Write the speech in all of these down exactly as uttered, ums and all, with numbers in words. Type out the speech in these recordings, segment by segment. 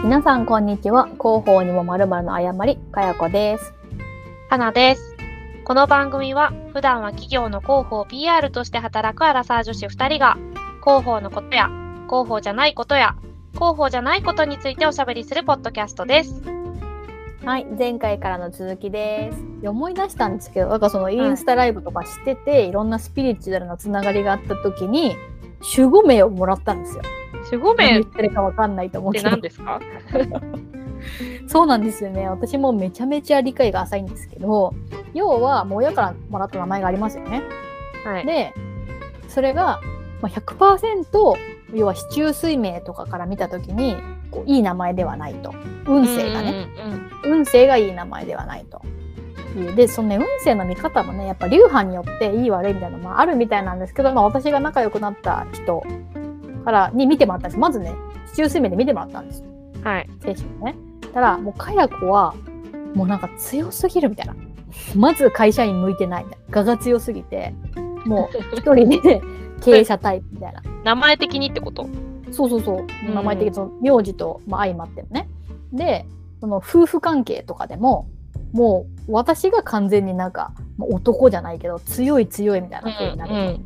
皆さんこんにちは。広報にも〇〇の誤り、かやこです。 はなです。この番組は普段は企業の広報 ピーアール として働くアラサー女子ふたりが広報のことや広報じゃないことや広報じゃないことについておしゃべりするポッドキャストです。 はい、前回からの続きです。思い出したんですけど、なんかそのインスタライブとかしてて、はい、いろんなスピリチュアルなつながりがあった時に守護名をもらったんですよ。 守護名何言ってるかわかんないと思うけど。 って何ですか？ そうなんですよね。私もめちゃめちゃ理解が浅いんですけど、要はもう親からもらった名前がありますよね。 はい、 で、それが ひゃくパーセント 要は四柱推命とかから見た時にこういい名前ではないと。運勢がね、うんうん、運勢がいい名前ではないと。で、そのね、運勢の見方もね、やっぱ流派によっていい悪いみたいなのもあるみたいなんですけど、まあ、私が仲良くなった人からに見てもらったんです。まずね、四柱推命で見てもらったんです。 はい。 精神ね。たらもうかや子はもうなんか強すぎるみたいな。まず会社員向いてないみたいな。我が強すぎて、もう一人で経営者タイプみたいな。 名前的にってこと？ そうそうそう。名前的にその名字と、まあ、相まってるね。で、その夫婦関係とかでも、もう私が完全になんか男じゃないけど強い強いみたいな風になる、うんうん、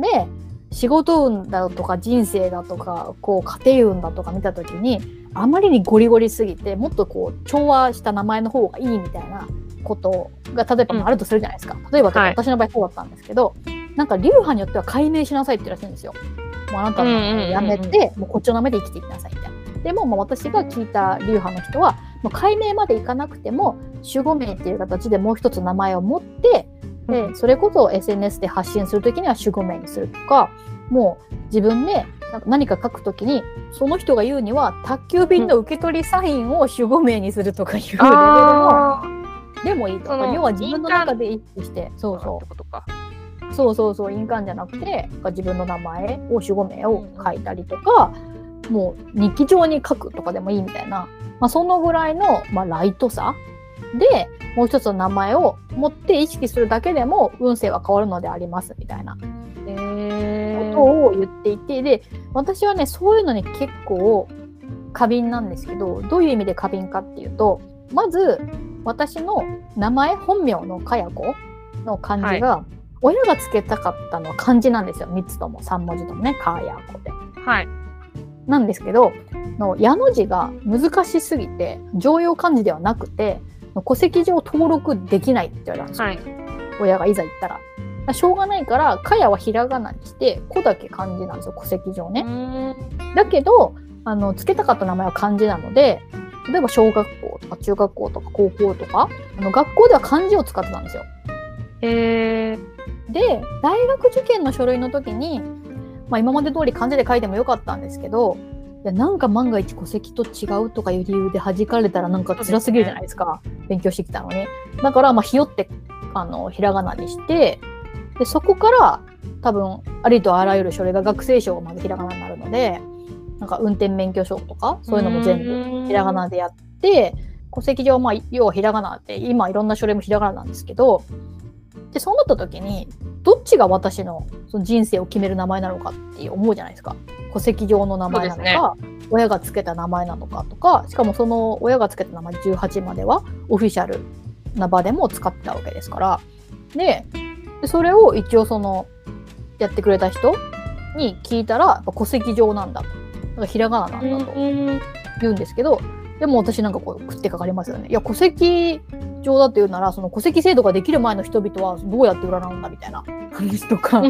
で仕事運だとか人生だとかこう家庭運だとか見た時にあまりにゴリゴリすぎてもっとこう調和した名前の方がいいみたいなことが例えばあるとするじゃないですか、うん、例えば私の場合そうだったんですけど、はい、なんか流派によっては改名しなさいって言うらしいんですよ。もうあなたの名前をやめて、うんうんうんうん、もうこっちの名前で生きていきなさいみたいな。でも、まあ、私が聞いた流派の人はもう改名までいかなくても守護名っていう形でもう一つ名前を持ってでそれこそ エスエヌエス で発信するときには守護名にするとかもう自分で何か書くときにその人が言うには宅急便の受け取りサインを守護名にするとかいうレベルのでもいいとか要は自分の中で意識してそうそうそうそうそう印鑑じゃなくて自分の名前を守護名を書いたりとか、うん、もう日記上に書くとかでもいいみたいな、まあ、そのぐらいの、まあ、ライトさでもう一つの名前を持って意識するだけでも運勢は変わるのでありますみたいなことを言っていてで私はねそういうのに結構過敏なんですけどどういう意味で過敏かっていうとまず私の名前本名のかやこの漢字が、はい、親がつけたかったのは漢字なんですよ。みっつともさん文字ともねかやこで、 はい、 なんですけどの矢の字が難しすぎて常用漢字ではなくて戸籍上登録できないって言われたんですよ、はい、親がいざ言ったらしょうがないからかやはひらがなにしてこだけ漢字なんですよ戸籍上ね。だけどあのつけたかった名前は漢字なので例えば小学校とか中学校とか高校とかあの学校では漢字を使ってたんですよ。 へー。 で大学受験の書類の時に、まあ、今まで通り漢字で書いてもよかったんですけどいやなんか万が一戸籍と違うとかいう理由で弾かれたらなんか辛すぎるじゃないですか、ね、勉強してきたのに。だからまあひよってあのひらがなにしてでそこから多分ありとあらゆる書類が学生証がまずひらがなになるのでなんか運転免許証とかそういうのも全部ひらがなでやって戸籍上はまあ要はひらがなって今いろんな書類もひらがななんですけどでそうなった時にどっちが私 の, その人生を決める名前なのかって思うじゃないですか。戸籍上の名前なのか、ね、親がつけた名前なのかとかしかもその親がつけた名前じゅうはちまではオフィシャルな場でも使ってたわけですからででそれを一応そのやってくれた人に聞いたら戸籍上なんだとだからひらがななんだと言うんですけどでも私なんかこう食ってかかりますよね。いや戸籍上だっていうならその戸籍制度ができる前の人々はどうやって占うんだみたいな話とか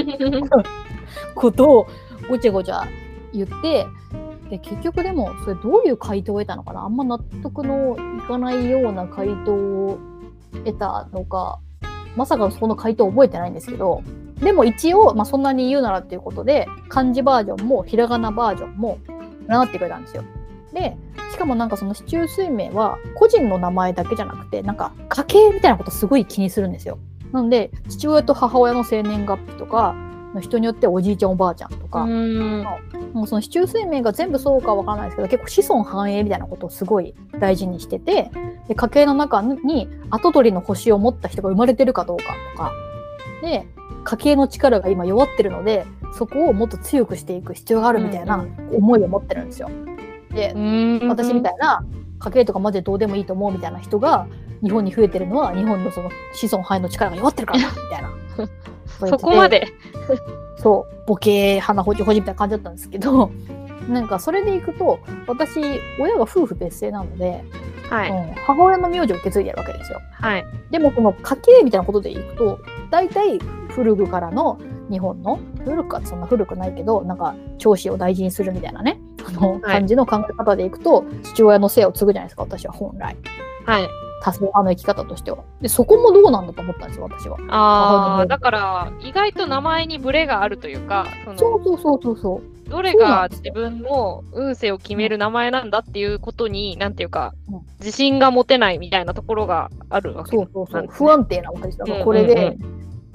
ことをごちゃごちゃ言ってで結局でもそれどういう回答を得たのかなあんま納得のいかないような回答を得たのかまさかその回答を覚えてないんですけどでも一応、まあ、そんなに言うならっていうことで漢字バージョンもひらがなバージョンも占ってくれたんですよ。でしかもなんかその四柱推命は個人の名前だけじゃなくてなんか家系みたいなことすごい気にするんですよ。なので父親と母親の生年月日とか人によっておじいちゃんおばあちゃんとかうんもうその四柱推命が全部そうかわからないですけど結構子孫繁栄みたいなことをすごい大事にしててで家系の中に跡取りの星を持った人が生まれてるかどうかとかで家系の力が今弱ってるのでそこをもっと強くしていく必要があるみたいな思いを持ってるんですよ。 で、私みたいな家計とかマジでどうでもいいと思うみたいな人が日本に増えてるのは日本のその子孫繁栄の力が弱ってるからみたいなそこまでそうボケ鼻ほじほじみたいな感じだったんですけど、なんかそれでいくと私親が夫婦別姓なので、 はい、 うん、母親の名字を受け継いでるわけですよ、 はい、 でもこの家系みたいなことでいくと大体古くからの日本の古くはそんな古くないけどなんか長子を大事にするみたいなねあの感じの考え方でいくと、はい、父親の姓を継ぐじゃないですか私は本来、 はい、 多数派の生き方としてはでそこもどうなんだと思ったんですよ私は。 ああだから意外と名前にブレがあるというかそのそうそうそうそうそうどれが自分の運勢を決める名前なんだっていうことに、うん、なんていうか、うん、自信が持てないみたいなところがあるわけなんですね。そうそうそう不安定なわけです。だからこれで、うんうんうん、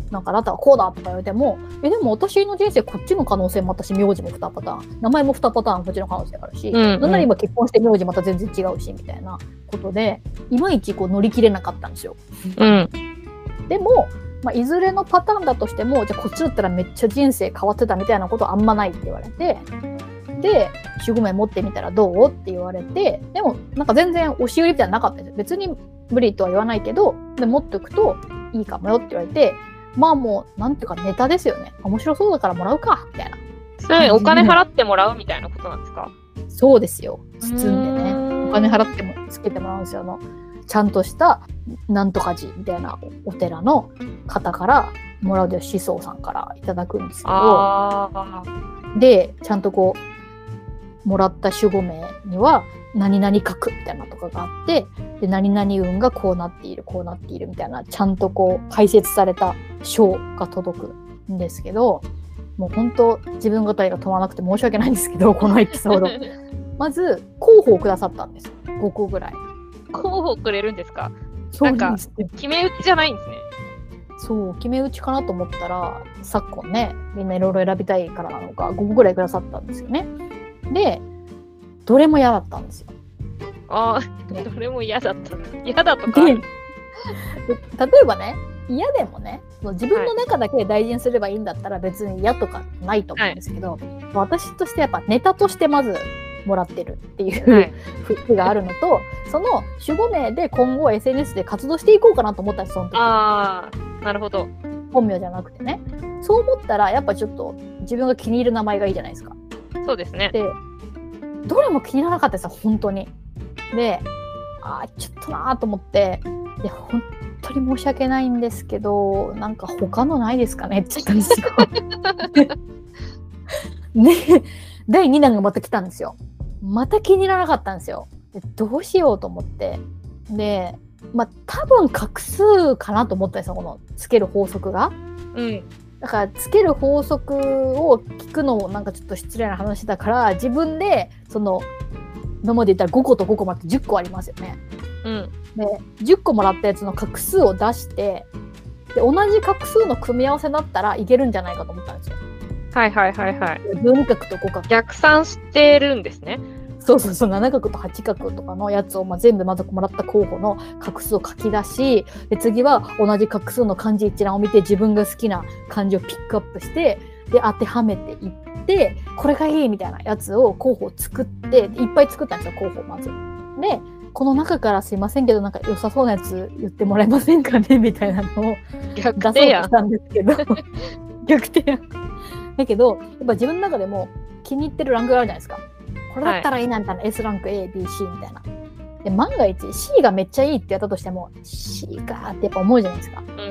なんかあなたはこうだとか言われてもえでも私の人生こっちの可能性も私名字もにパターン名前もにパターンこっちの可能性があるし、うんうん、なんなら今結婚して名字また全然違うしみたいなことでいまいちこう乗り切れなかったんですよ。 うん、 でもまあ、いずれのパターンだとしてもじゃあこっちだったらめっちゃ人生変わってたみたいなことはあんまないって言われてで守護名持ってみたらどうって言われてでもなんか全然押し売りみたいなのなかったんですよ。別に無理とは言わないけどで持っておくといいかもよって言われてまあもうなんていうかネタですよね面白そうだからもらうかみたいな。 それお金払ってもらうみたいなことなんですか？ そうですよ包んでねお金払ってもつけてもらうんですよ。あのちゃんとしたなんとか寺みたいなお寺の方からもらうで思想さんからいただくんですけどあでちゃんとこうもらった守護名には何々格みたいなとかがあってで何々運がこうなっているこうなっているみたいなちゃんとこう解説された書が届くんですけどもう本当自分語りが止まらなくて申し訳ないんですけどこのエピソードまず候補をくださったんですごこぐらい。 候補くれるんですか？ そうなんですなんか決め打ちじゃないんですね。 そう決め打ちかなと思ったら昨今ねみんないろいろ選びたいからなのかごこぐらいくださったんですよね。でどれも嫌だったんですよ。 ああ、ね、どれも嫌だった嫌だとか例えばね嫌でもね自分の中だけで大事にすればいいんだったら別に嫌とかないと思うんですけど、はい、私としてやっぱネタとしてまずもらってるっていう、はい、節があるのとその守護名で今後 エスエヌエス で活動していこうかなと思ったんですその時。 ああなるほど本名じゃなくてねそう思ったらやっぱちょっと自分が気に入る名前がいいじゃないですか。 そうですね。 でどれも気にならなかったですよ本当に。であちょっとなと思ってで本当に申し訳ないんですけどなんか他のないですかねって言ったんですよ。でだいにだんがまた来たんですよ。また気に入らなかったんですよ。でどうしようと思ってでまあ多分画数かなと思ったんですよこのつける法則が。 うんだからつける法則を聞くのもなんかちょっと失礼な話だから自分でその今まで言ったらごことごこまでじゅっこありますよね。 うん、 でじゅっこもらったやつの画数を出してで同じ画数の組み合わせだったらいけるんじゃないかと思ったんですよ。 はいはいはいはい。 じゅうに画とご画逆算してるんですね。 そうそうそうなな画とはち画とかのやつを、まあ、全部まずもらった候補の画数を書き出しで次は同じ画数の漢字一覧を見て自分が好きな漢字をピックアップしてで当てはめていってこれがいいみたいなやつを候補を作っていっぱい作ったんですよ候補をまず。でこの中からすいませんけどなんか良さそうなやつ言ってもらえませんかねみたいなのを出そうとしたんですけど逆転やだけどやっぱ自分の中でも気に入ってるランクがあるじゃないですか。これだったらいいなみたいな、はい、S ランク A、B、C みたいな。で万が一 C がめっちゃいいってやったとしても C かってやっぱ思うじゃないですか。 うん、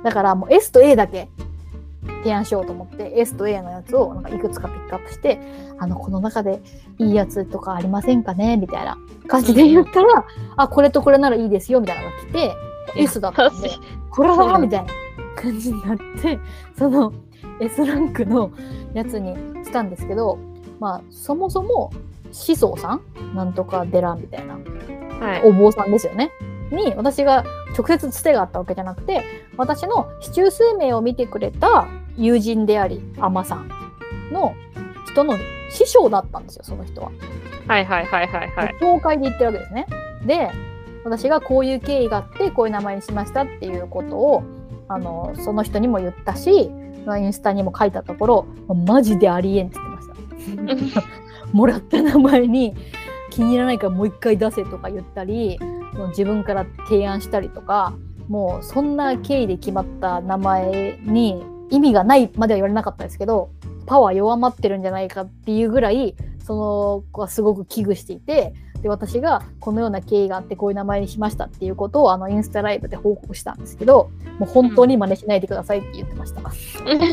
だからもう S と A だけ提案しようと思って S と A のやつをなんかいくつかピックアップしてあのこの中でいいやつとかありませんかねみたいな感じで言ったら、うん、あこれとこれならいいですよみたいなのが来て S だったんでこれだみたいな感じになってその S ランクのやつにしたんですけどまあそもそも思想さんなんとか寺みたいな、はい、お坊さんですよねに私が直接つてがあったわけじゃなくて私の四柱数名を見てくれた友人であり尼さんの人の師匠だったんですよその人は。 はいはいはいはいはい。 教会で言ってるわけですね。で私がこういう経緯があってこういう名前にしましたっていうことをあのその人にも言ったしインスタにも書いたところマジでありえんって言ってました。もらった名前に気に入らないからもう一回出せとか言ったり、自分から提案したりとか、もうそんな経緯で決まった名前に意味がないまでは言われなかったですけど、パワー弱まってるんじゃないかっていうぐらいその子はすごく危惧していて、で私がこのような経緯があってこういう名前にしましたっていうことをあのインスタライブで報告したんですけど、もう本当に真似しないでくださいって言ってました、うん、い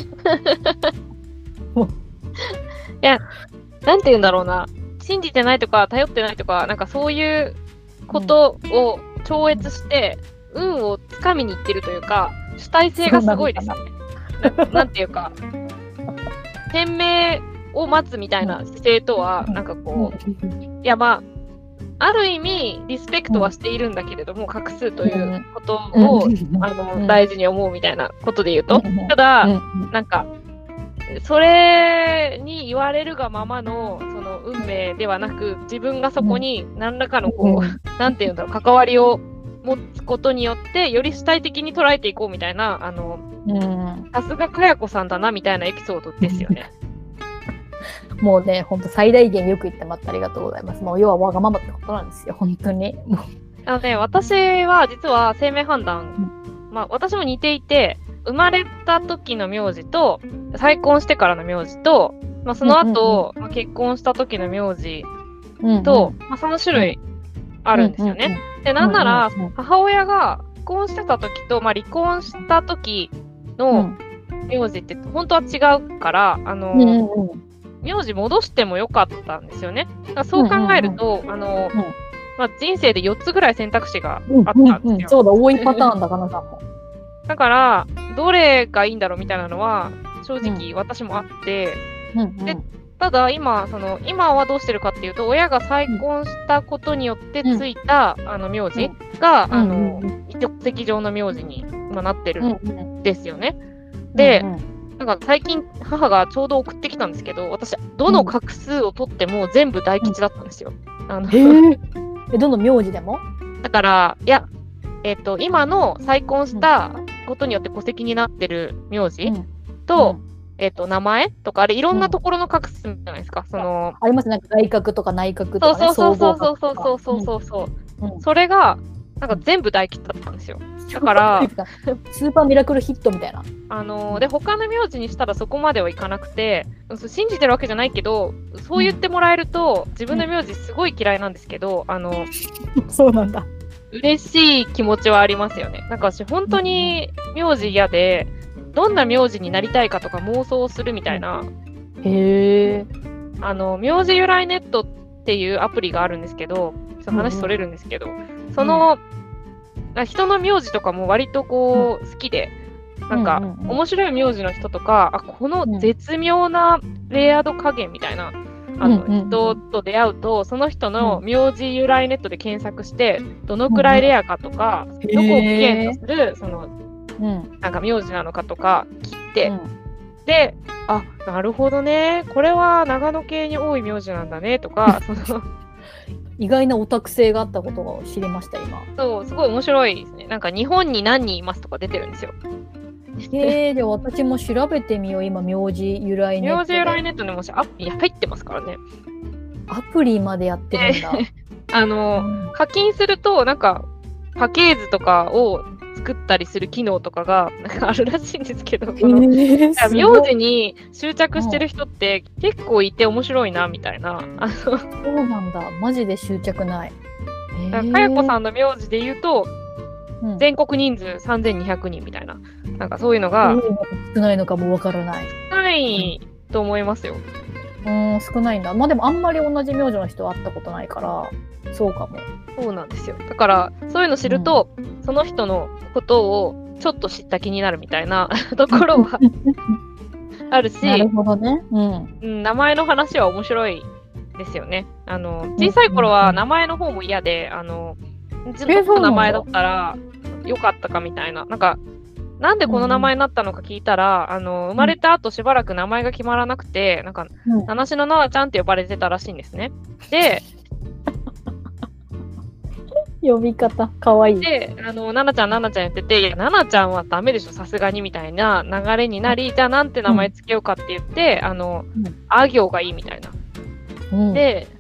や、なんて言うんだろうな、信じてないとか頼ってないとか、なんかそういうことを超越して、うん、運をつかみにいってるというか、主体性がすごいですよね。な, なんていうか天命を待つみたいな姿勢とは、なんかこう、いやまあある意味リスペクトはしているんだけれども、画数ということをあの大事に思うみたいなことで言うと、ただなんかそれに言われるがままのその運命ではなく、自分がそこに何らかのこう、なんていうんだろう、関わりを持つことによってより主体的に捉えていこうみたいな、あのさすがかやこさんだなみたいなエピソードですよね。 もうね、ほんと最大限よく言ってもらってありがとうございます。もう要はわがままってことなんですよ、本当に。 あのね、私は実は生命判断、うん、まあ私も似ていて、生まれた時の名字と再婚してからの名字と、まあ、その後、うんうんうん、まあ、結婚した時の名字と、うんうん、まあ、さん種類あるんですよね。うんうんうん、で、なんなら、うんうんうん、母親が結婚してた時と、まあ、離婚した時の名字って本当は違うから、あの、うんうんうん、名字戻してもよかったんですよね。だからそう考えると、うんうんうん、あの、うん、まあ、人生でよっつぐらい選択肢があったんですよ。うんうんうん、 そうだ、多いパターンだかなさんも。 だから、どれがいいんだろうみたいなのは、正直私もあって、うんうん、でただ今、その、今はどうしてるかっていうと、親が再婚したことによってついた、うん、あの名字が、うん、あの、戸籍上の名字になってるんですよね。うんうん、で、うんうん、なんか最近母がちょうど送ってきたんですけど、私、どの画数を取っても全部大吉だったんですよ。うん、あのえ、どの名字でも？ だから、いや、えっと、今の再婚したことによって戸籍になってる名字、うん、と、うん、えっと、名前とか、あれいろんなところの画数じゃないですか。うん、そのありますね。外角とか内角とか、ね、 そうそうそうそうそうそうそうそうそう、うん、それがなんか全部大吉だったんですよ。だからスーパーミラクルヒットみたいな。 あのー、で他の名字にしたらそこまではいかなくて、信じてるわけじゃないけど、そう言ってもらえると、うん、自分の名字すごい嫌いなんですけど、あのそうなんだ。 嬉しい気持ちはありますよね。なんか私本当に名字嫌で、どんな名字になりたいかとか妄想するみたいな。 へー。 あの名字由来ネットっていうアプリがあるんですけど、ちょっと話それるんですけど、うん、その、うん、人の名字とかも割とこう、うん、好きで、なんか、うんうんうん、面白い名字の人とか、あ、この絶妙なレイヤード加減みたいな。あの、うんうんうん、人と出会うと、その人の名字由来ネットで検索して、どのくらいレアかとか、うん、どこを起源とする、その、うん、なんか名字なのかとか切って、うん、で、あ、なるほどね、これは長野系に多い名字なんだねとか、その意外なオタク性があったことを知りました、今。 そう、すごい面白いですね。なんか日本に何人いますとか出てるんですよ。 えー、で私も調べてみよう、今、名字由来ネット。 名字由来ネットにもしアプリ入ってますからね。 アプリまでやってるんだ。 あの、うん、課金すると、なんか、家系図とかを作ったりする機能とかがなんかあるらしいんですけど、その、えー、名字に執着してる人って結構いて面白いな、みたいな。あのそうなんだ。マジで執着ない。 えー、かやこさんの名字で言うと、うん、全国人数さんぜんにひゃくにんみたいな、なんかそういうのが少ないのかもわからない。 少ないと思いますよ。 うん、少ないんだ。まあでもあんまり同じ名字の人会ったことないからそうかも。 そうなんですよ。だからそういうの知ると、うん、その人のことをちょっと知った気になるみたいなところはあるし、 なるほどね、うんうん、名前の話は面白いですよね。あの小さい頃は名前の方も嫌で、あのどの名前だったらよかったかみたいな、なんかなんでこの名前になったのか聞いたら、うん、あの生まれた後しばらく名前が決まらなくて、なんか、うん、七種のななちゃんって呼ばれてたらしいんですね。で呼び方かわいい。 で、あのななちゃんななちゃん言ってて、いやななちゃんはダメでしょさすがにみたいな流れになり、じゃあなんて名前つけようかって言って、うん、あの、うん、あ行がいいみたいな。うん、で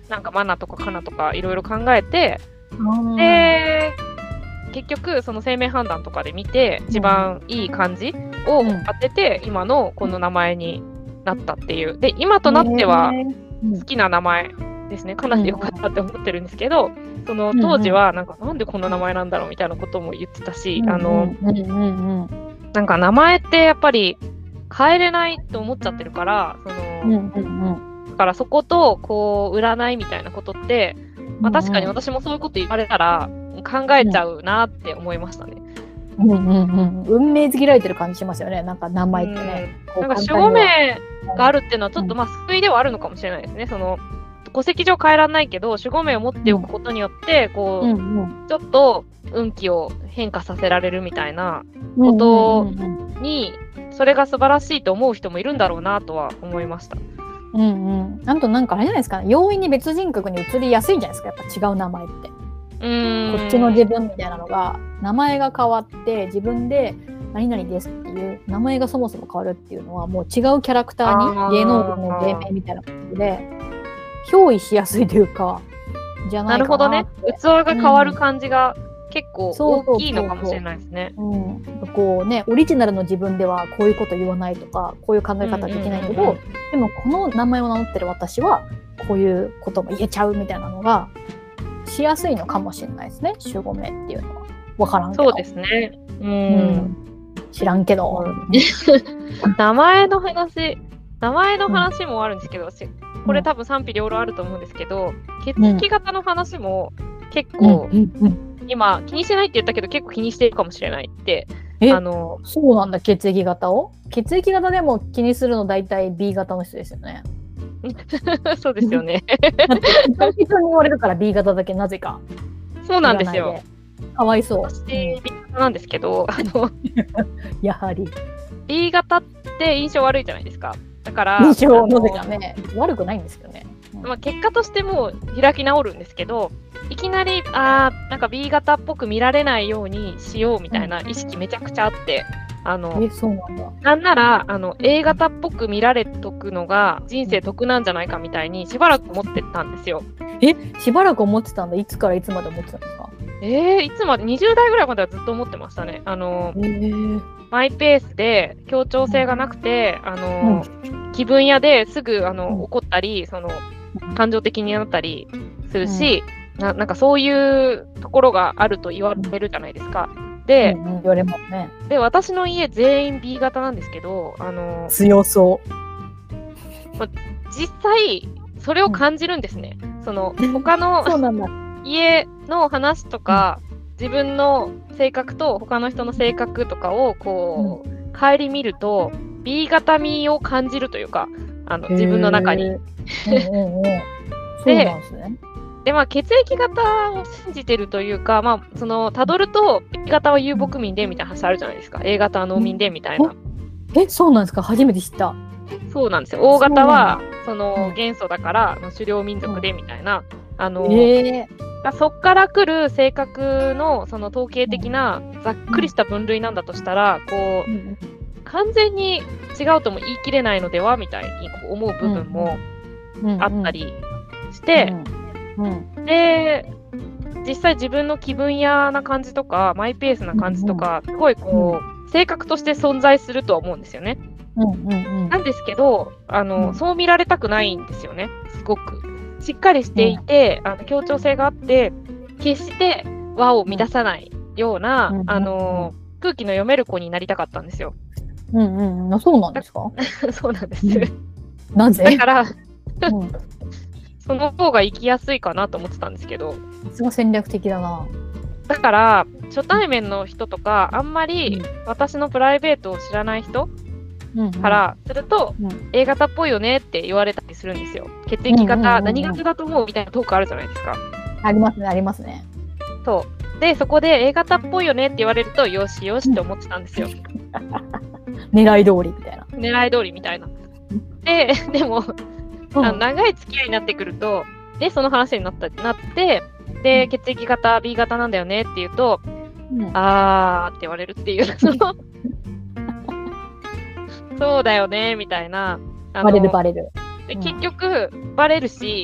なんかマナとかカナとかいろいろ考えて、で結局その生命判断とかで見て一番いい感じを当てて、今のこの名前になったっていう。で今となっては好きな名前ですね。カナでよかったって思ってるんですけど、その当時はなんかなんでこんな名前なんだろうみたいなことも言ってたし、あのなんか名前ってやっぱり変えれないと思っちゃってるから、そのだからそことこう占いみたいなことって、まあ、確かに私もそういうこと言われたら考えちゃうなって思いましたね。 うんうんうん、運命づけられてる感じしますよね。なんか名前ってね。 うん、なんか守護銘があるっていうのはちょっとまあ救いではあるのかもしれないですね。その戸籍上変えられないけど守護銘を持っておくことによってこう、うんうん、ちょっと運気を変化させられるみたいなことに、それが素晴らしいと思う人もいるんだろうなとは思いました。 うんうん。あとなんかあれじゃないですか、容易に別人格に移りやすいんじゃないですか、やっぱ違う名前って。うーん、こっちの自分みたいなのが名前が変わって自分で何々ですっていう名前がそもそも変わるっていうのはもう違うキャラクターに芸能人の芸名みたいな感じで憑依しやすいというかじゃないかなって。なるほどね。 器が変わる感じが、うん結構大きいのかもしれないですね。 こうね、オリジナルの自分ではこういうこと言わないとかこういう考え方できないけど、うんうんうんうん、でもこの名前を名乗ってる私はこういうことも言えちゃうみたいなのがしやすいのかもしれないですね、守護銘っていうのは。分からんけど。 そうですね。うん、うん、 知らんけど。 名前の話、名前の話もあるんですけど、うん、これ多分賛否両論あると思うんですけど、血液型の話も結構、うんうんうん今気にしてないって言ったけど結構気にしてるかもしれないって。 えあのそうなんだ。血液型を血液型でも気にするの大体 B 型の人ですよね。 そうですよね。 だって人に言われるから B 型だけなぜか。 そうなんですよ。 かわいそう。 私 B 型なんですけど、あのやはり B 型って印象悪いじゃないですか。だから印象なぜかね悪くないんですよね。 うんまあ、結果としても開き直るんですけど。いきなりあなんか B 型っぽく見られないようにしようみたいな意識めちゃくちゃあって、あのえそうなんだ。 なんならあの A 型っぽく見られとくのが人生得なんじゃないかみたいにしばらく思ってたんですよ。 えしばらく思ってたんだ。いつからいつまで思ってたんですか？ えー、いつまでにじゅう代ぐらいまではずっと思ってましたね。あの、えー、マイペースで協調性がなくて、あの、うん、気分屋ですぐあの、うん、怒ったりその感情的になったりするし、うんな, なんかそういうところがあると言われるじゃないですか。で、 うんうん、言われますね。 で私の家全員 B 型なんですけど、あの強そう。 ま、実際それを感じるんですね。うん、その他の家の話とか、うん、自分の性格と他の人の性格とかをこう、うん、顧みると B 型味を感じるというか、あの自分の中に。うんうんうん、 で、そうなんですね。 でまあ、血液型を信じてるというか、まあ、そのたどると B 型は遊牧民でみたいな話あるじゃないですか。 A 型は農民でみたいな。 えそうなんですか？初めて知った。 そうなんですよ。O 型はその元祖だから狩猟民族でみたいな、うん、あの、えー、そっから来る性格のその統計的なざっくりした分類なんだとしたら、こう、うん、完全に違うとも言い切れないのではみたいに思う部分もあったりして、うんうんうん、で実際自分の気分屋な感じとかマイペースな感じとか、うんうん、すごいこう、うん、性格として存在するとは思うんですよね。うんうんうん、なんですけどあの、うん、そう見られたくないんですよね。すごくしっかりしていて、うん、あの協調性があって決して和を乱さないような、うん、あの空気の読める子になりたかったんですよ。 うんうん、そうなんですか？ そうなんです。 なぜ？ だから、うんその方が生きやすいかなと思ってたんですけど。 すごい戦略的だな。 だから初対面の人とかあんまり私のプライベートを知らない人からすると、うんうん、A 型っぽいよねって言われたりするんですよ。血液型、うんうんうんうん、何型だと思うみたいなトークあるじゃないですか。 ありますねありますね。 そうでそこで A 型っぽいよねって言われるとよしよしって思ってたんですよ。 狙い通りみたいな。 狙い通りみたいな。ででもあの長い付き合いになってくるとでその話になったなってで血液型 B 型なんだよねって言うと、うん、あーって言われるっていうそのそうだよねみたいな。 あのバレるバレる、 で結局バレるし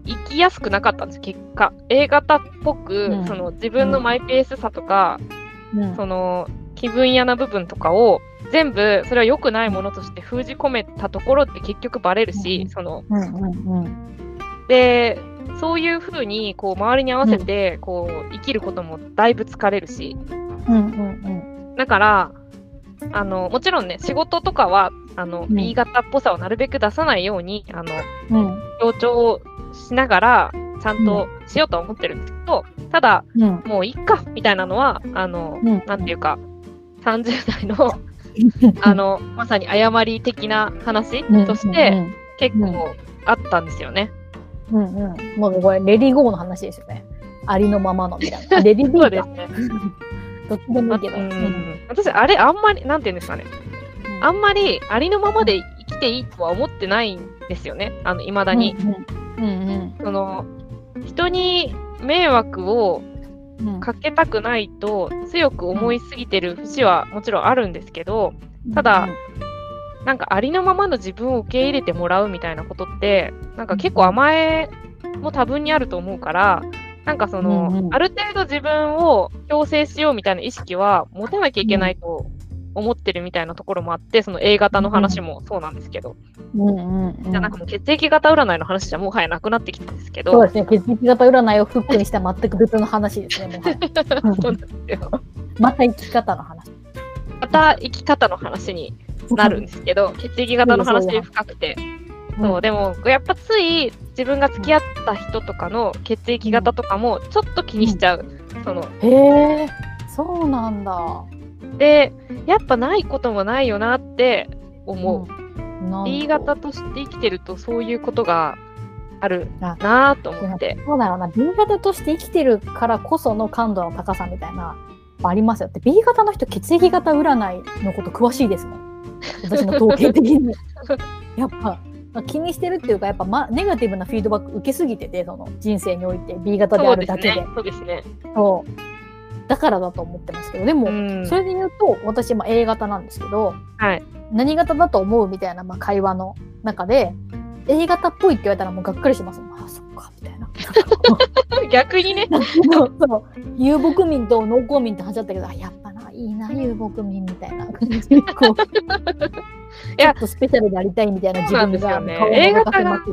生きやすくなかったんです、結果。A 型っぽく、 うんその自分のマイペースさとか、 うん、 その気分屋な部分とかを全部それは良くないものとして封じ込めたところって結局バレるし、 うんそのうんうんうんでそういうふうにこう周りに合わせてこう生きることもだいぶ疲れるし、 うんうんだからあのもちろんね仕事とかはあの、 うん B 型っぽさをなるべく出さないようにあのうん強調しながらちゃんとしようとは思ってるんですけど、ただうんもういっかみたいなのはあの、 うんなんていうかさんじゅう代のあのまさに誤り的な話として結構あったんですよね。 うんうんうん、もうこれレディーゴーの話ですよね。ありのままのみたいな。あレディーゴーですね。どっちでもいいけど。 うんうん、私あれあんまりなんていうんですかね。あんまりありのままで生きていいとは思ってないんですよね。あの未だに、 うんうんうんその人に迷惑をうん、 かけたくないと強く思いすぎてる節はもちろんあるんですけど、ただ、なんかありのままの自分を受け入れてもらうみたいなことってなんか結構甘えも多分にあると思うから、なんかその、 うんうん、 ある程度自分を強制しようみたいな意識は持たなきゃいけないと思ってるみたいなところもあって、その A 型の話もそうなんですけど、 うんうんうん、 じゃあなんかもう血液型占いの話じゃもはやなくなってきたんですけど、 そうですね、血液型占いをフックにした全く別の話ですね、もはや。 そうなんですよ。 また生き方の話。 また生き方の話になるんですけど、血液型の話深くて。そう、でもやっぱつい自分が付き合った人とかの血液型とかもちょっと気にしちゃう。うん、そのへえ、そうなんだ。 で、やっぱないこともないよなって思う。うん、B 型として生きてるとそういうことがあるなと思って。 そうだろうな、B 型として生きてるからこその感度の高さみたいなありますよって。 B 型の人血液型占いのこと詳しいですもん、私の統計的に。やっぱ気にしてるっていうか、やっぱ、ま、ネガティブなフィードバック受けすぎてて、その人生において B 型であるだけで。 そうですね。 そうだからだと思ってますけど、でも、うん、それで言うと私、まあ、A 型なんですけど、 はい、 何型だと思うみたいな、まあ、会話の中で A 型っぽいって言われたらもうがっかりします。ああそっかみたいな。 逆にね。 そうそう遊牧民と農耕民って話だったけど、あやっぱないいな遊牧民みたいな感じでこうちょっとスペシャルでありたいみたいな自分が、 ね、A 型が、うん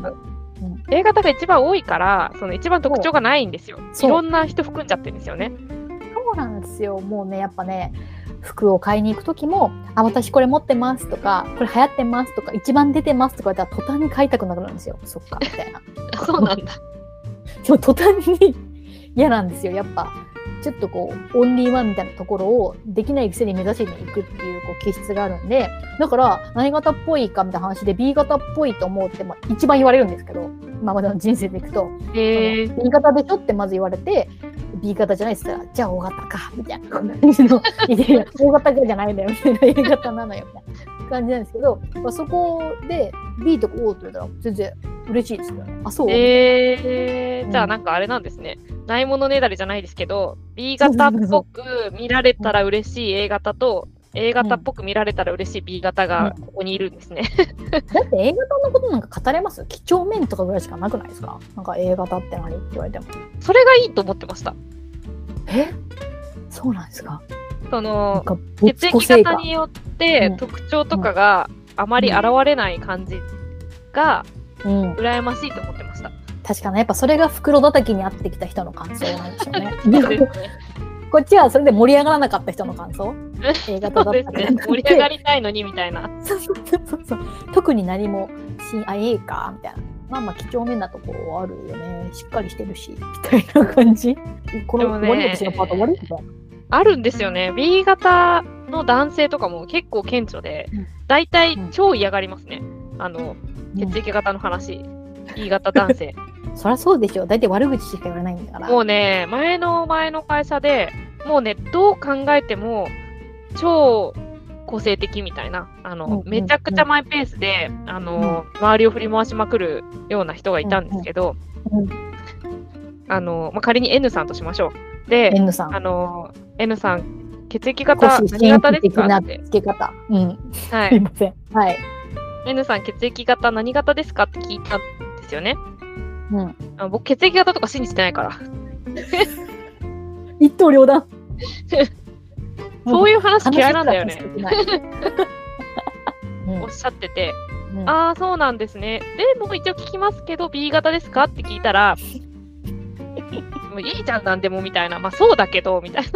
、A 型が一番多いからその一番特徴がないんですよ。いろんな人含んじゃってるんですよね。 そうなんですよ。もうねやっぱね服を買いに行く時もあ私これ持ってますとかこれ流行ってますとか一番出てますとか言ったら途端に買いたくなくなるんですよ。そっかみたいな。 そうなんだ。 そう途端に嫌なんですよ。やっぱちょっとこうオンリーワンみたいなところをできないくせに目指しに行くっていうこう気質があるんで、だから何型っぽいかみたいな話で B 型っぽいと思うって、まあ、一番言われるんですけど、今までの人生でいくと、 えー、 B 型でしょってまず言われて B 型じゃないって言ったらじゃあ O 型かみたいな感じのO 型じゃないんだよみたいな A 型なのよみたいな感じなんですけど、まあ、そこで B とか O って言ったら全然嬉しいですけどね。あそう、 えー、じゃあなんかあれなんですね、うん、ないものねだりじゃないですけど B 型っぽく見られたら嬉しい A 型と A 型っぽく見られたら嬉しい B 型がここにいるんですね、 うん、だって A 型のことなんか語れます？几帳面とかぐらいしかなくないですか？なんか A 型って何って言われてもそれがいいと思ってました。 えそうなんですか？ その血液型によって特徴とかがあまり現れない感じが羨ましいと思ってました、うんうん、 確かにやっぱそれが袋叩きに合ってきた人の感想なんでしょうね。こっちはそれで盛り上がらなかった人の感想A 型だったから、 ね、盛り上がりたいのにみたいな。 そうそうそうそう特に何もしあ A かみたいな、まあまあ几帳面なところはあるよね、しっかりしてるしみたいな感じ。この終わり私のパート終わりみたいなあるんですよね。 B 型の男性とかも結構顕著で、うん、だいたい超嫌がりますね、うん、あの血液型の話、うん、B 型男性そりゃそうでしょ、だいたい悪口しか言われないんだから。 もうね前の前の会社でもうねどう考えても超個性的みたいなあの、うんうんうん、めちゃくちゃマイペースであの、うん、周りを振り回しまくるような人がいたんですけど、うんうんあのまあ、仮に N さんとしましょう。で N さんあの N さん血液型何型ですかって。 つけ方。うん。 はい。 すいません。はい。 N さん血液型何型ですかって聞いたんですよね。 うん、 あの僕血液型とか信じてないから一刀両断そういう話嫌いなんだよねうんおっしゃってて、 うん、 ああそうなんですね、でも一応聞きますけど ビー 型ですかって聞いたらもういいじゃんなんでもみたいな、まあそうだけどみたいな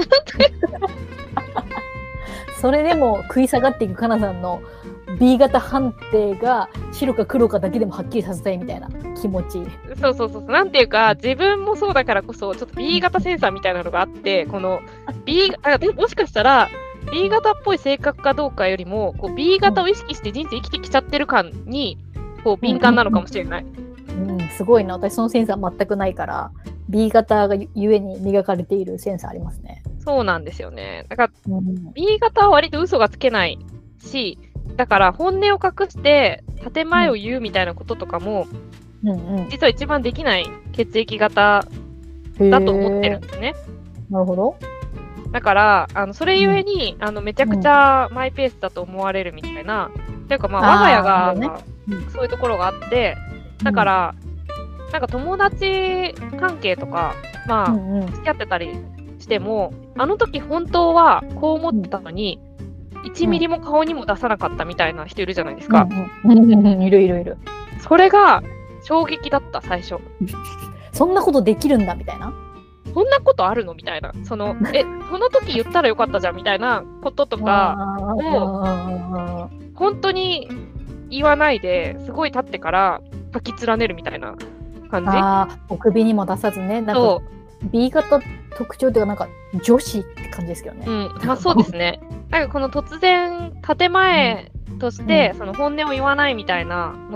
それでも食い下がっていくかなさんの ビー 型判定が白か黒かだけでもはっきりさせたいみたいな気持ち。 そうそうそう、なんていうか自分もそうだからこそちょっと ビー 型センサーみたいなのがあって、この B あでもしかしたら ビー 型っぽい性格かどうかよりもこう ビー 型を意識して人生生きてきちゃってる感にこう敏感なのかもしれない、 うんうんうん、すごいな。私そのセンサー全くないから ビー 型がゆえに磨かれているセンサーありますね。 そうなんですよね。だから、 うん、 ビー 型は割と嘘がつけないし、だから本音を隠して建前を言うみたいなこととかも、 うんうん、 実は一番できない血液型だと思ってるんですね。 なるほど。 だからあのそれゆえに、うん、あのめちゃくちゃマイペースだと思われるみたいな、うん、というかまあ我が家が、ね、そういうところがあって、だから、うん、なんか友達関係とかまあ、うんうん、付き合ってたりしても、あの時本当はこう思ってたのに、うん、いちミリも顔にも出さなかったみたいな人いるじゃないですか。 うんうん、いるいるいる。 それが衝撃だった最初。 そんなことできるんだみたいな。 そんなことあるのみたいな。そのえその時言ったらよかったじゃんみたいなこととかを本当に言わないですごい経ってから書き連ねるみたいな感じ。 ああ、お首にも出さずね。なんか ビー 型特徴というかなんか女子って感じですけどね。 うん、まあそうですね。なんかこの突然建前として、うん、その本音を言わないみたいなのって、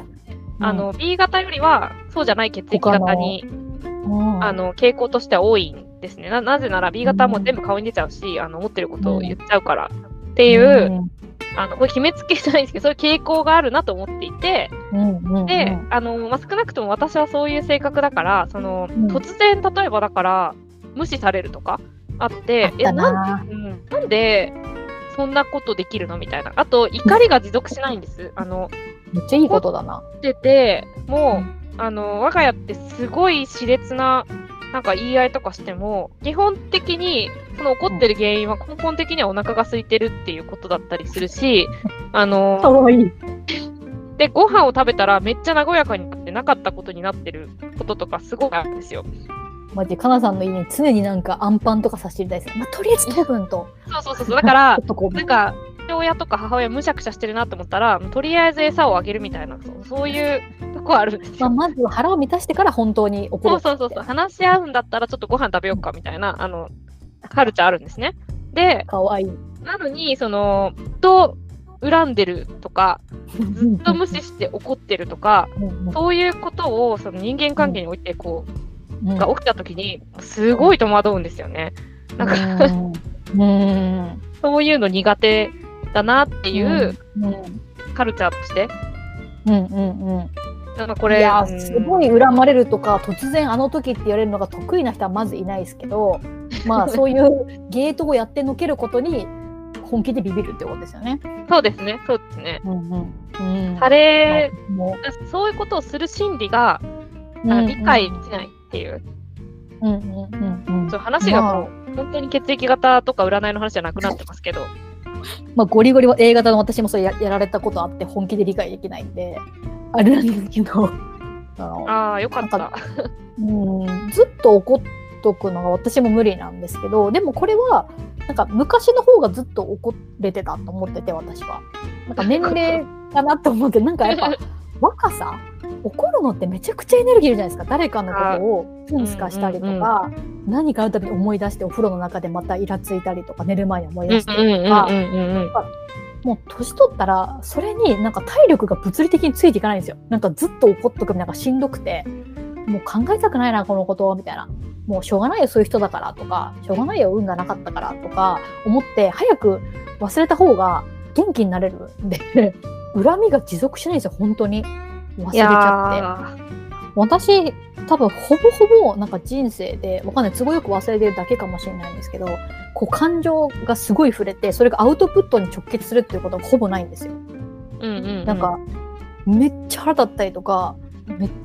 うん、あの ビー 型よりはそうじゃない血液型に、うん、あの傾向としては多いんですね。 な, なぜなら ビー 型も全部顔に出ちゃうし、うん、あの思ってることを言っちゃうからっていう、うん、あのこれ決めつけじゃないんですけど、そういう傾向があるなと思っていて、うんうんうん、であの、まあ、少なくとも私はそういう性格だから、その、うん、突然例えばだから無視されるとかあってえなんで、うん、なんでそんなことできるのみたいな。あと怒りが持続しないんですあのめっちゃいいことだな。 っててもう、うん、あの我が家ってすごい熾烈ななんか言い合いとかしても基本的にその怒ってる原因は根本的にはお腹が空いてるっていうことだったりするし、あのかわいいでご飯を食べたらめっちゃ和やかになってなかったことになってることとかすごいあるんですよ。 マジかなさんの家に常になんかアンパンとか差し入れたいです、まあ、とりあえず糖分とそうそうそうそうだからなんか父親とか母親むしゃくしゃしてるなと思ったらとりあえず餌をあげるみたいなそう、そういうとこあるんですよ、 まあ、まず腹を満たしてから本当に怒る。 そうそうそうそう話し合うんだったらちょっとご飯食べようかみたいなあのカルチャーあるんですね。でかわいい。 なのにそのと恨んでるとかずっと無視して怒ってるとかそういうことをその人間関係においてこう、うん、が起きた時にすごい戸惑うんですよね。なんかうんそういうの苦手だなっていうカルチャーとして、 うんうんうん、 なんかこれいやすごい恨まれるとか突然あの時って言われるのが得意な人はまずいないですけどまあそういうゲートをやってのけることに本気でビビるってことですよね。 そうですね、そうですね。 うんうんうん、 され、はい、そういうことをする心理が、うんうん、理解できないっていう。 うんうんうんうん、 そう話がもう、まあ、本当に血液型とか占いの話じゃなくなってますけど。 まあゴリゴリは A 型の私もそれ や, やられたことあって本気で理解できないんであれなんですけど。 ああよかった。 うんずっと怒っとくのが私も無理なんですけど、でもこれはなんか昔の方がずっと怒れてたと思ってて私はなんか年齢かなと思ってなんかやっぱ若さ怒るのってめちゃくちゃエネルギーいるじゃないですか。誰かのことをふんすかしたりとか、うんうんうん、何かあるたびに思い出してお風呂の中でまたイラついたりとか寝る前に思い出してとか、もう年取ったらそれになんか体力が物理的についていかないんですよ。なんかずっと怒っとくなんかしんどくてもう考えたくないなこのことみたいな、もうしょうがないよそういう人だからとかしょうがないよ運がなかったからとか思って早く忘れた方が元気になれるんで恨みが持続しないんですよ本当に忘れちゃって。私多分ほぼほぼなんか人生でわかんない都合よく忘れてるだけかもしれないんですけどこう感情がすごい触れてそれがアウトプットに直結するっていうことがほぼないんですよ。 うんうんうん、 なんかめっちゃ腹立ったりとかめっち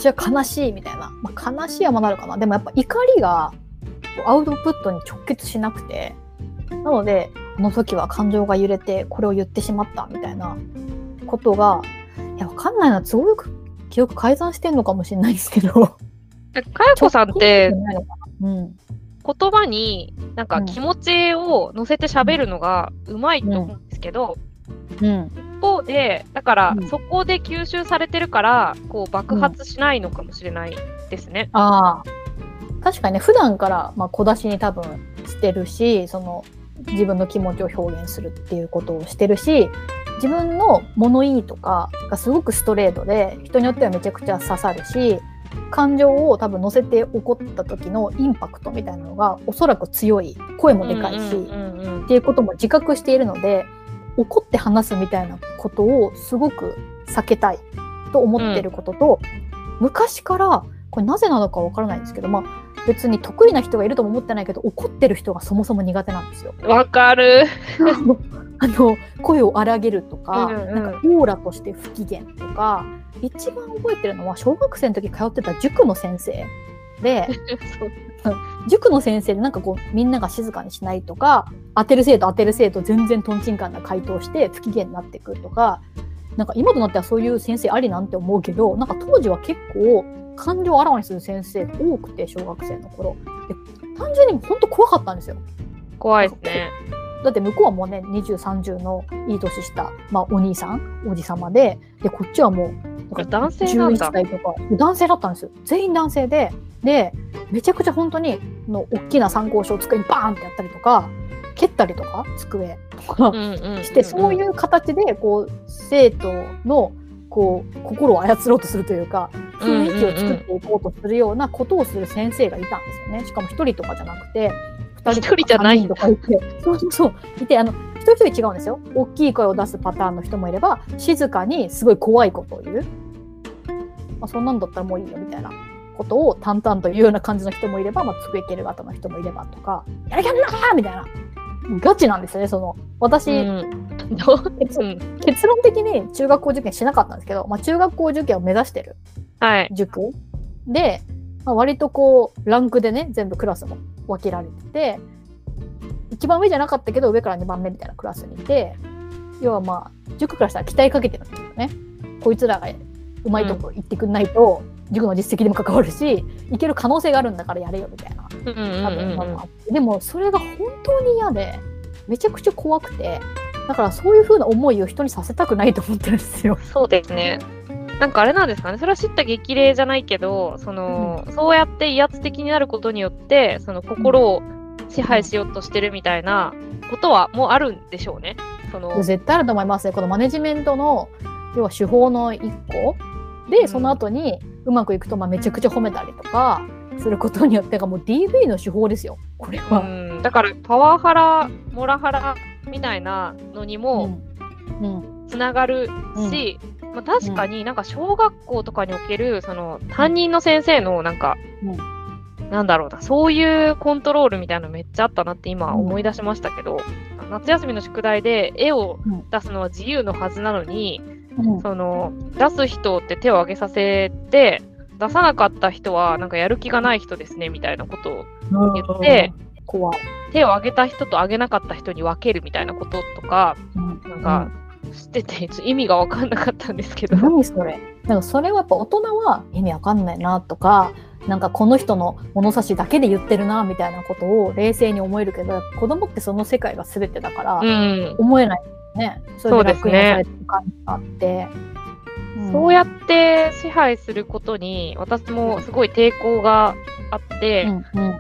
ちゃ悲しいみたいな、まあ、悲しいはまあなるかな。でもやっぱ怒りがアウトプットに直結しなくて、なのであの時は感情が揺れてこれを言ってしまったみたいなことが、いやわかんないな、すごく記憶改ざんしてんのかもしれないですけど、 かやこさんってうん、 言葉になんか気持ちを乗せて喋るのがうまいと思うんですけど、 うんうん、 一方でだからうん、 そこで吸収されてるからこう爆発しないのかもしれないですね。 うん、ああ確かにね、普段からまあ小出しに多分してるし、その自分の気持ちを表現するっていうことをしてるし、自分の物言いとかがすごくストレートで人によってはめちゃくちゃ刺さるし、感情を多分乗せて怒った時のインパクトみたいなのがおそらく強い、声もでかいし、 うんうんうんうん、 っていうことも自覚しているので、怒って話すみたいなことをすごく避けたいと思ってることと、うん、昔からこれなぜなのかわからないんですけど、まあ別に得意な人がいるとも思ってないけど、怒ってる人がそもそも苦手なんですよ。 わかるあの声を荒げるとか、 うんうん、 なんかオーラとして不機嫌とか、一番覚えてるのは小学生の時通ってた塾の先生で塾の先生でなんかこうみんなが静かにしないとか、当てる生徒当てる生徒全然トンチンカンな回答して不機嫌になってくるとか、なんか今となってはそういう先生ありなんて思うけど、なんか当時は結構感情をあらわにする先生が多くて、小学生の頃で単純に本当怖かったんですよ。 怖いですね。 だって向こうはもうねにじゅう、さんじゅうのいい年した、まあ、お兄さんおじさまで、でこっちはもうなんか男性なんだ。 じゅういっさいとか男性だったんですよ。全員男性で、でめちゃくちゃ本当にの大きな参考書を机にバーンってやったりとか、蹴ったりとか机とかして、そういう形でこう生徒のこう心を操ろうとするというか、雰囲気を作っていこうとするようなことをする先生がいたんですよね。しかも一人とかじゃなくてふたりとかさんにんとかいて、そうそうそういて、あの一人一人違うんですよ。大きい声を出すパターンの人もいれば、静かにすごい怖いことを言う、まあ、そんなんだったらもういいよみたいなことを淡々と言うような感じの人もいれば、まあ、机蹴る型の人もいればとか、やる気あんなーみたいなガチなんですよね。その私、うん、結, 結論的に中学校受験しなかったんですけど、まあ、中学校受験を目指してる塾、はい、で、まあ、割とこうランクでね全部クラスも分けられてて、一番上じゃなかったけど上からにばんめみたいなクラスにいて、要はまあ塾からしたら期待かけてるんですよね。こいつらがうまいとこ行ってくんないと、うん、塾の実績でも関わるし、いける可能性があるんだからやれよみたいな、多分今もあって、でもそれが本当に嫌でめちゃくちゃ怖くて、だからそういう風な思いを人にさせたくないと思ってるんですよ。 そうですね。なんかあれなんですかね、それは知った激励じゃないけど、その、うん、そうやって威圧的になることによってその心を支配しようとしてるみたいなことはもうあるんでしょうね。その絶対あると思いますね。このマネジメントの要は手法の一個で、その後にうまくいくとまあめちゃくちゃ褒めたりとかすることによって、もう ディーブイ の手法ですよこれは。 うん、だからパワハラモラハラみたいなのにもつながるし、うんうん、まあ、確かになんか小学校とかにおけるその担任の先生のなんか、うん、なんだろうな、そういうコントロールみたいなのめっちゃあったなって今思い出しましたけど、うん、夏休みの宿題で絵を出すのは自由のはずなのに、うん、その出す人って手を挙げさせて、出さなかった人はなんかやる気がない人ですねみたいなことを言って、 怖い、 手を挙げた人と挙げなかった人に分けるみたいなこととか、うん、なんか知ってて意味が分かんなかったんですけど。 何それ。なんかそれはやっぱ大人は意味分かんないなとか、なんかこの人の物差しだけで言ってるなみたいなことを冷静に思えるけど、子供ってその世界が全てだから思えないね。うん、それで楽にされてる感じがあって、うん、 そうやって支配することに私もすごい抵抗があって、うんうん、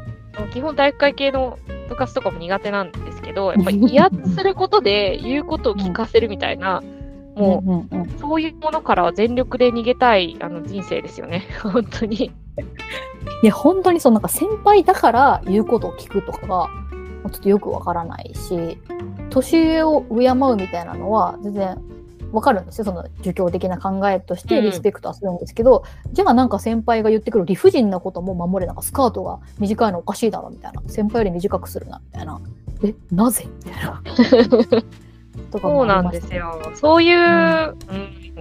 基本体育会系の部活とかも苦手なんですけど、やっぱり威圧することで言うことを聞かせるみたいな、うん、もう、うんうんうん、そういうものからは全力で逃げたいあの人生ですよね本当に。 いや本当にそう、なんか先輩だから言うことを聞くとかがちょっとよくわからないし、年上を敬うみたいなのは全然わかるんですよ。その儒教的な考えとしてリスペクトはするんですけど、うん、じゃあなんか先輩が言ってくる理不尽なことも守れ、なんかスカートが短いのおかしいだろみたいな、先輩より短くするなみたいな、えなぜみたいなとかもありました。 そうなんですよ。そういう、うんうん、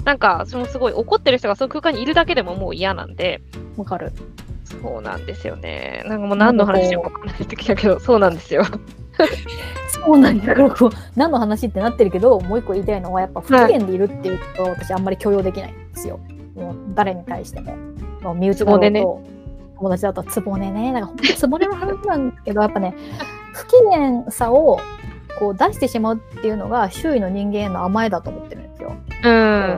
なんか私もすごい怒ってる人がその空間にいるだけでももう嫌なんで。 わかる。 そうなんですよね。なんかもう何の話しようか分からない時だけど、そうなんですよ。 そうなんだからこう何の話ってなってるけど、もう一個言いたいのはやっぱ不機嫌でいるっていうことを私あんまり許容できないんですよ。もう誰に対しても。もう身内だろうと、ね、友達だとつぼねね。なんか本当つぼねの話なんですけど、やっぱね、不機嫌さをこう出してしまうっていうのが周囲の人間への甘えだと思ってるんですよ。 うん。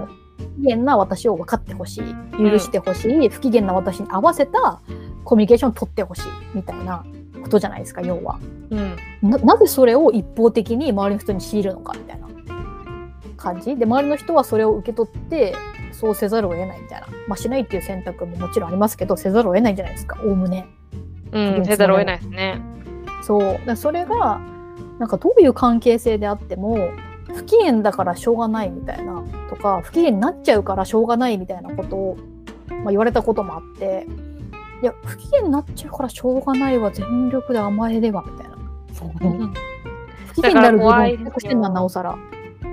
不機嫌な私を分かってほしい、許してほしい、うん、不機嫌な私に合わせたコミュニケーションを取ってほしいみたいなことじゃないですか、要は。うん、な, なぜそれを一方的に周りの人に強いるのかみたいな感じで、周りの人はそれを受け取ってそうせざるを得ないみたいな、まあしないっていう選択ももちろんありますけど、せざるを得ないんじゃないですか、おおむね。 うん、せざるを得ないですね。 そうだ、それがなんかどういう関係性であっても不機嫌だからしょうがないみたいなとか、不機嫌になっちゃうからしょうがないみたいなことを、まあ、言われたこともあって、いや不機嫌になっちゃうからしょうがないは全力で甘えではみたいな、うん、不機嫌になる自分をしてるのはなおさら、うん、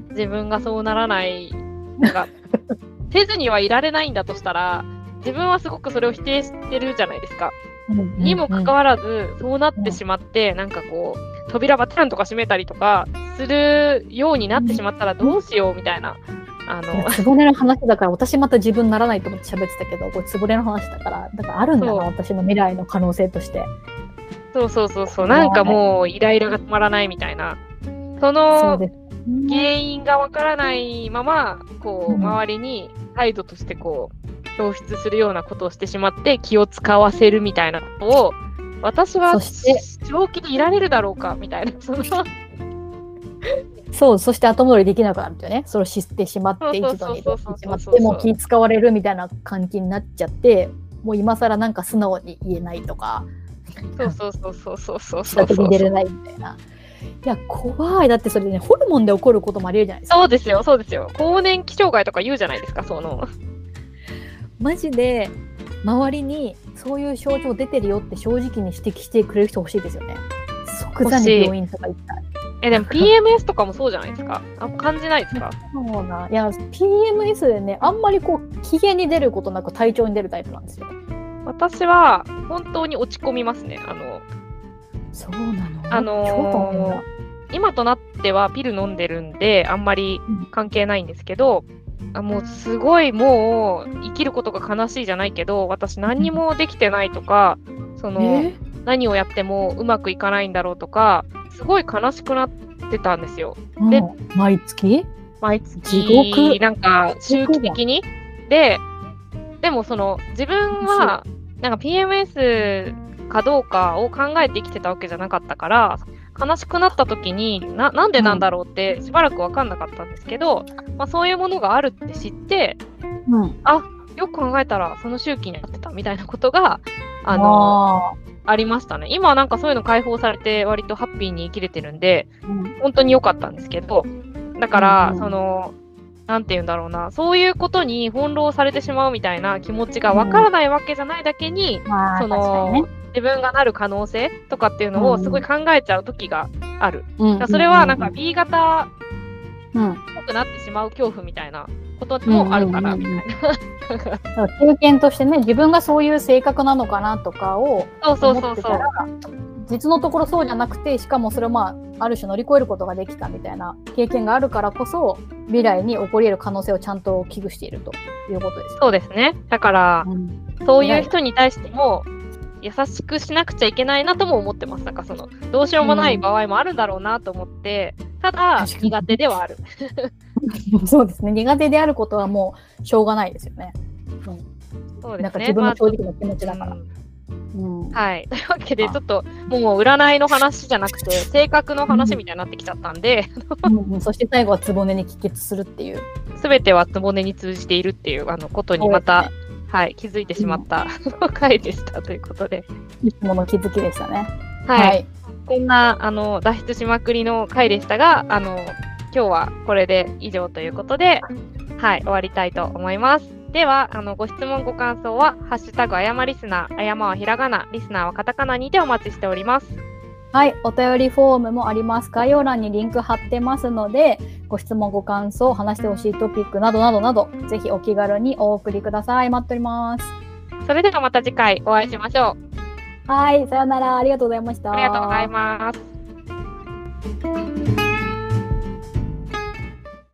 自分がそうならないなんかせずにはいられないんだとしたら、自分はすごくそれを否定してるじゃないですか、うんうんうん、にもかかわらずそうなってしまって、うん、なんかこう扉バタンとか閉めたりとかするようになってしまったらどうしようみたいな、 あのつぼねの話だから私また自分ならないと思って喋ってたけど、これつぼねの話だからだからあるんだな、私の未来の可能性として。 そうそうそうそう、なんかもうイライラが止まらないみたいな、その原因がわからないままこう、うん、周りに態度としてこう表出するようなことをしてしまって気を使わせるみたいなことを、私は正気でいられるだろうかみたいな、そのそう、そして後戻りできなくなるんだよね。それを知ってしまって一度にしてしまってもう気使われるみたいな感じになっちゃって、もう今更なんか素直に言えないとか、 そうそうそうそうそうそうそうそう、出れないみたいな。いや怖い。だってそれね、ホルモンで起こることもありえるじゃないですか。 そうですよそうですよ。更年期障害とか言うじゃないですか、そのマジで周りにそういう症状出てるよって正直に指摘してくれる人欲しいですよね。即座に病院とか行ったら。 えでも ピーエムエス とかもそうじゃないですか。あ感じないですか？ そうな。いや ピーエムエス でね、あんまりこう機嫌に出ることなく体調に出るタイプなんですよ。 私は本当に落ち込みますね。あのそうなの。 あのー、今となってはピル飲んでるんであんまり関係ないんですけど、うん、あもうすごいもう生きることが悲しいじゃないけど、私何にもできてないとか、その、えー、何をやってもうまくいかないんだろうとか、すごい悲しくなってたんですよ。 うん、で毎月毎月なんか周期的にででもその自分はなんか ピーエムエス かどうかを考えて生きてたわけじゃなかったから、悲しくなった時に な, なんでなんだろうってしばらく分かんなかったんですけど、まあ、そういうものがあるって知って、うん、あよく考えたらその周期になってたみたいなことがあのありましたね。今はなんかそういうの解放されて割とハッピーに生きれてるんで、うん、本当に良かったんですけど、だから、うんうん、そのなんて言うんだろうな、そういうことに翻弄されてしまうみたいな気持ちがわからないわけじゃないだけに、うん、その、ね、自分がなる可能性とかっていうのをすごい考えちゃう時がある。うん、それはなんか ビー 型っぽくなってしまう恐怖みたいなこともあるからみたいな。 経験としてね、自分がそういう性格なのかなとかを思ってたら、実のところそうじゃなくて、しかもそれをまあある種乗り越えることができたみたいな経験があるからこそ、未来に起こり得る可能性をちゃんと危惧しているということです。 そうですね。だから、うん、そういう人に対しても優しくしなくちゃいけないなとも思ってます。なんかそのどうしようもない場合もあるんだろうなと思って、うん、ただ苦手ではある。 そうですね。苦手であることはもうしょうがないですよね。うん、 そうですね。 なんか自分の正直な気持ちだから。まあうんうん、はい。というわけで、ちょっともう占いの話じゃなくて、性格の話みたいになってきちゃったんで、 うんうん、そして最後はつぼねに帰結するっていう。 すべてはつぼねに通じているっていうあのことにまた、ね、はい、気づいてしまった、うん、回でしたということで。 いつもの気づきでしたね。 はい。はい、こんなあの脱出しまくりの回でしたが、あの今日はこれで以上ということで、はい、終わりたいと思います。では、あのご質問ご感想はハッシュタグあやまリスナー、あやまはひらがな、リスナーはカタカナにてお待ちしております。 はい、お便りフォームもあります。概要欄にリンク貼ってますので、ご質問、ご感想、話してほしいトピックなどなどなど、ぜひお気軽にお送りください。待っております。 それではまた次回お会いしましょう。はい、さよなら。ありがとうございました。 ありがとうございます。